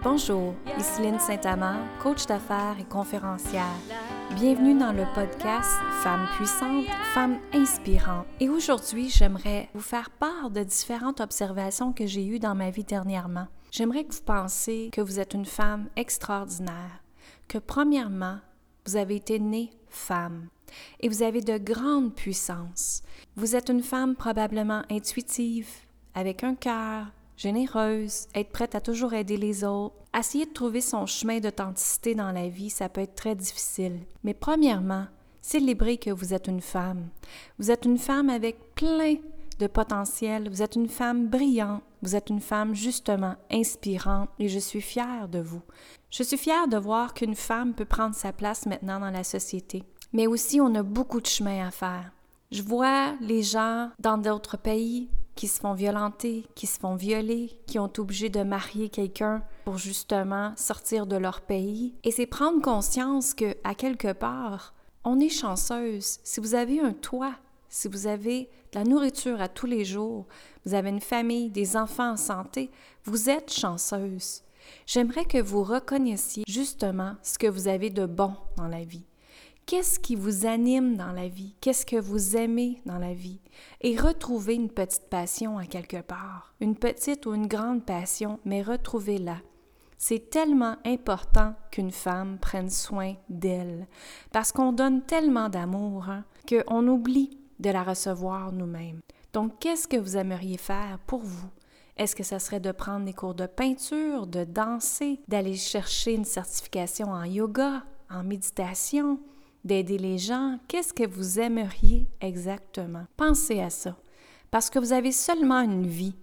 Bonjour, ici Lynne Saint-Amand, coach d'affaires et conférencière. Bienvenue dans le podcast Femmes puissantes, femmes inspirantes. Et aujourd'hui, j'aimerais vous faire part de différentes observations que j'ai eues dans ma vie dernièrement. J'aimerais que vous pensiez que vous êtes une femme extraordinaire, que premièrement, vous avez été née femme et vous avez de grandes puissances. Vous êtes une femme probablement intuitive, avec un cœur, généreuse, être prête à toujours aider les autres. Essayer de trouver son chemin d'authenticité dans la vie, ça peut être très difficile. Mais premièrement, célébrez que vous êtes une femme. Vous êtes une femme avec plein de potentiel. Vous êtes une femme brillante. Vous êtes une femme justement inspirante et je suis fière de vous. Je suis fière de voir qu'une femme peut prendre sa place maintenant dans la société. Mais aussi, on a beaucoup de chemin à faire. Je vois les gens dans d'autres pays qui se font violenter, qui se font violer, qui ont été obligés de marier quelqu'un pour justement sortir de leur pays. Et c'est prendre conscience qu'à quelque part, on est chanceuse. Si vous avez un toit, si vous avez de la nourriture à tous les jours, vous avez une famille, des enfants en santé, vous êtes chanceuse. J'aimerais que vous reconnaissiez justement ce que vous avez de bon dans la vie. Qu'est-ce qui vous anime dans la vie? Qu'est-ce que vous aimez dans la vie? Et retrouvez une petite passion à quelque part. Une petite ou une grande passion, mais retrouvez-la. C'est tellement important qu'une femme prenne soin d'elle. Parce qu'on donne tellement d'amour qu'on oublie de la recevoir nous-mêmes. Donc, qu'est-ce que vous aimeriez faire pour vous? Est-ce que ça serait de prendre des cours de peinture, de danser, d'aller chercher une certification en yoga, en méditation? D'aider les gens, qu'est-ce que vous aimeriez exactement? Pensez à ça, parce que vous avez seulement une vie.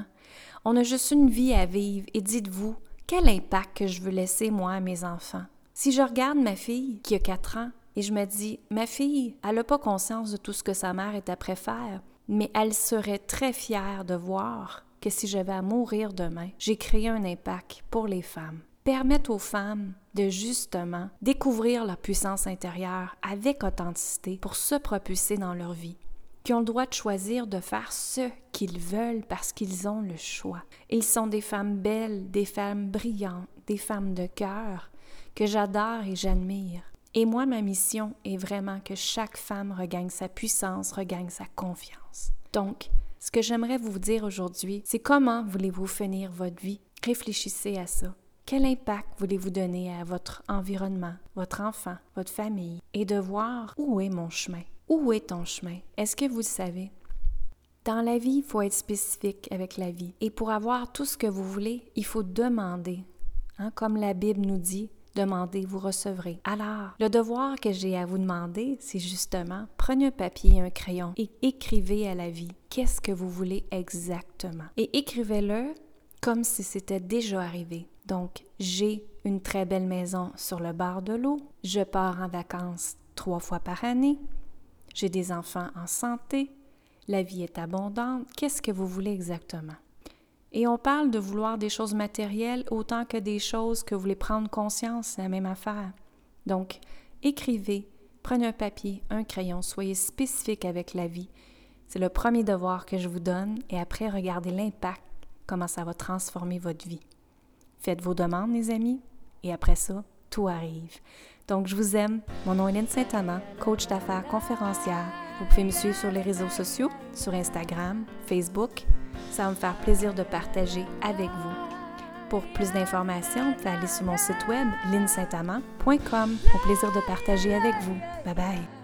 On a juste une vie à vivre et dites-vous, quel impact que je veux laisser moi à mes enfants? Si je regarde ma fille qui a 4 ans et je me dis, ma fille, elle n'a pas conscience de tout ce que sa mère est après faire, mais elle serait très fière de voir que si je vais à mourir demain, j'ai créé un impact pour les femmes. Permettre aux femmes de justement découvrir leur puissance intérieure avec authenticité pour se propulser dans leur vie, qui ont le droit de choisir de faire ce qu'ils veulent parce qu'ils ont le choix. Ils sont des femmes belles, des femmes brillantes, des femmes de cœur que j'adore et j'admire. Et moi, ma mission est vraiment que chaque femme regagne sa puissance, regagne sa confiance. Donc, ce que j'aimerais vous dire aujourd'hui, c'est comment voulez-vous finir votre vie? Réfléchissez à ça. Quel impact voulez-vous donner à votre environnement, votre enfant, votre famille? Et de voir où est mon chemin? Où est ton chemin? Est-ce que vous le savez? Dans la vie, il faut être spécifique avec la vie. Et pour avoir tout ce que vous voulez, il faut demander. Comme la Bible nous dit, demandez, vous recevrez. Alors, le devoir que j'ai à vous demander, c'est justement, prenez un papier et un crayon et écrivez à la vie. Qu'est-ce que vous voulez exactement? Et écrivez-le comme si c'était déjà arrivé. Donc, j'ai une très belle maison sur le bord de l'eau. Je pars en vacances 3 fois par année. J'ai des enfants en santé. La vie est abondante. Qu'est-ce que vous voulez exactement? Et on parle de vouloir des choses matérielles autant que des choses que vous voulez prendre conscience, c'est la même affaire. Donc, écrivez, prenez un papier, un crayon, soyez spécifique avec la vie. C'est le premier devoir que je vous donne et après, regardez l'impact, comment ça va transformer votre vie. Faites vos demandes, les amis, et après ça, tout arrive. Donc, je vous aime. Mon nom est Lynne Saint-Amand, coach d'affaires conférencière. Vous pouvez me suivre sur les réseaux sociaux, sur Instagram, Facebook. Ça va me faire plaisir de partager avec vous. Pour plus d'informations, vous pouvez aller sur mon site web, lynnesaintamand.com. Au plaisir de partager avec vous. Bye bye!